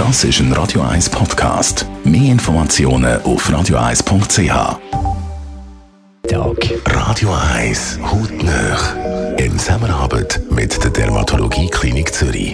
Das ist ein Radio 1 Podcast. Mehr Informationen auf radio1.ch. Radio 1 Hautnöch. In Zusammenarbeit mit der Dermatologie-Klinik Zürich.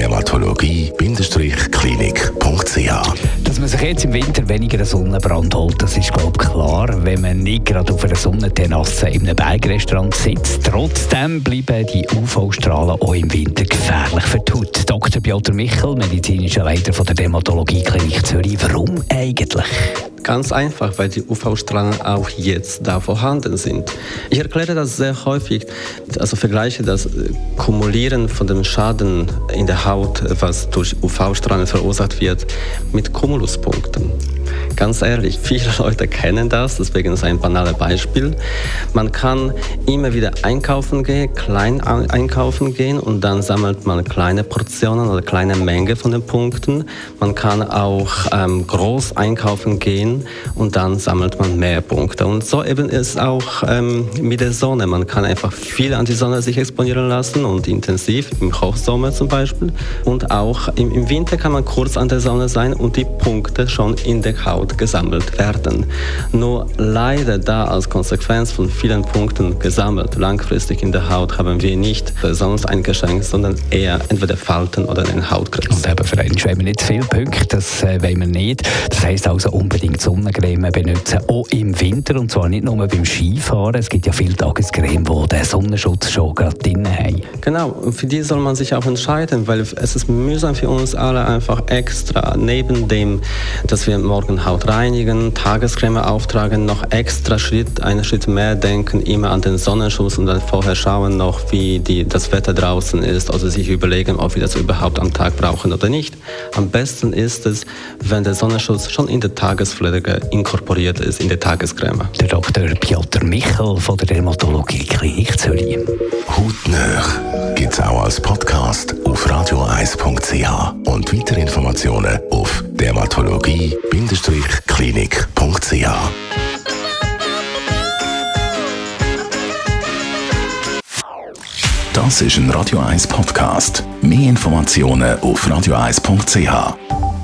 Dermatologie-klinik.ch. Dass man sich jetzt im Winter weniger einen Sonnenbrand holt, das ist, glaube ich, klar, wenn man nicht gerade auf einer Sonnenterrasse in einem Bergrestaurant sitzt. Trotzdem bleiben die UV-Strahlen auch im Winter gefährlich für die Haut. Dr. Piotr Michel, medizinischer Leiter von der Dermatologie-Klinik Zürich. Warum eigentlich? Ganz einfach, weil die UV-Strahlen auch jetzt da vorhanden sind. Ich erkläre das sehr häufig, also vergleiche das Kumulieren von dem Schaden in der Haut, was durch UV-Strahlen verursacht wird, mit Kumuluspunkten. Ganz ehrlich, viele Leute kennen das, deswegen ist ein banales Beispiel. Man kann immer wieder einkaufen gehen, klein einkaufen gehen und dann sammelt man kleine Portionen oder kleine Menge von den Punkten. Man kann auch groß einkaufen gehen und dann sammelt man mehr Punkte. Und so eben ist auch mit der Sonne. Man kann einfach viel an die Sonne sich exponieren lassen und intensiv, im Hochsommer zum Beispiel. Und auch im Winter kann man kurz an der Sonne sein und die Punkte schon in der Haut gesammelt werden. Nur leider da als Konsequenz von vielen Punkten gesammelt, langfristig in der Haut, haben wir nicht sonst ein Geschenk, sondern eher entweder Falten oder einen Hautkrebs. Und eben für einen wollen wir nicht zu viele Punkte, das wollen wir nicht. Das heisst also unbedingt Sonnencreme benutzen, auch im Winter, und zwar nicht nur beim Skifahren. Es gibt ja viele Tagescreme, die den Sonnenschutz schon gerade drin haben. Genau, und für die soll man sich auch entscheiden, weil es ist mühsam für uns alle einfach extra, neben dem, dass wir morgen Haut reinigen, Tagescreme auftragen, noch extra einen Schritt mehr denken, immer an den Sonnenschutz und dann vorher schauen noch, wie das Wetter draußen ist, also sich überlegen, ob wir das überhaupt am Tag brauchen oder nicht. Am besten ist es, wenn der Sonnenschutz schon in der Tagespflege inkorporiert ist, in der Tagescreme. Der Dr. Piotr Michel von der Dermatologie-Klinik Zürich. Hautnöch gibt's auch als Podcast auf radio1.ch und weitere Informationen auf dermatologie-klinik.ch. Das ist ein Radio 1 Podcast. Mehr Informationen auf radio1.ch.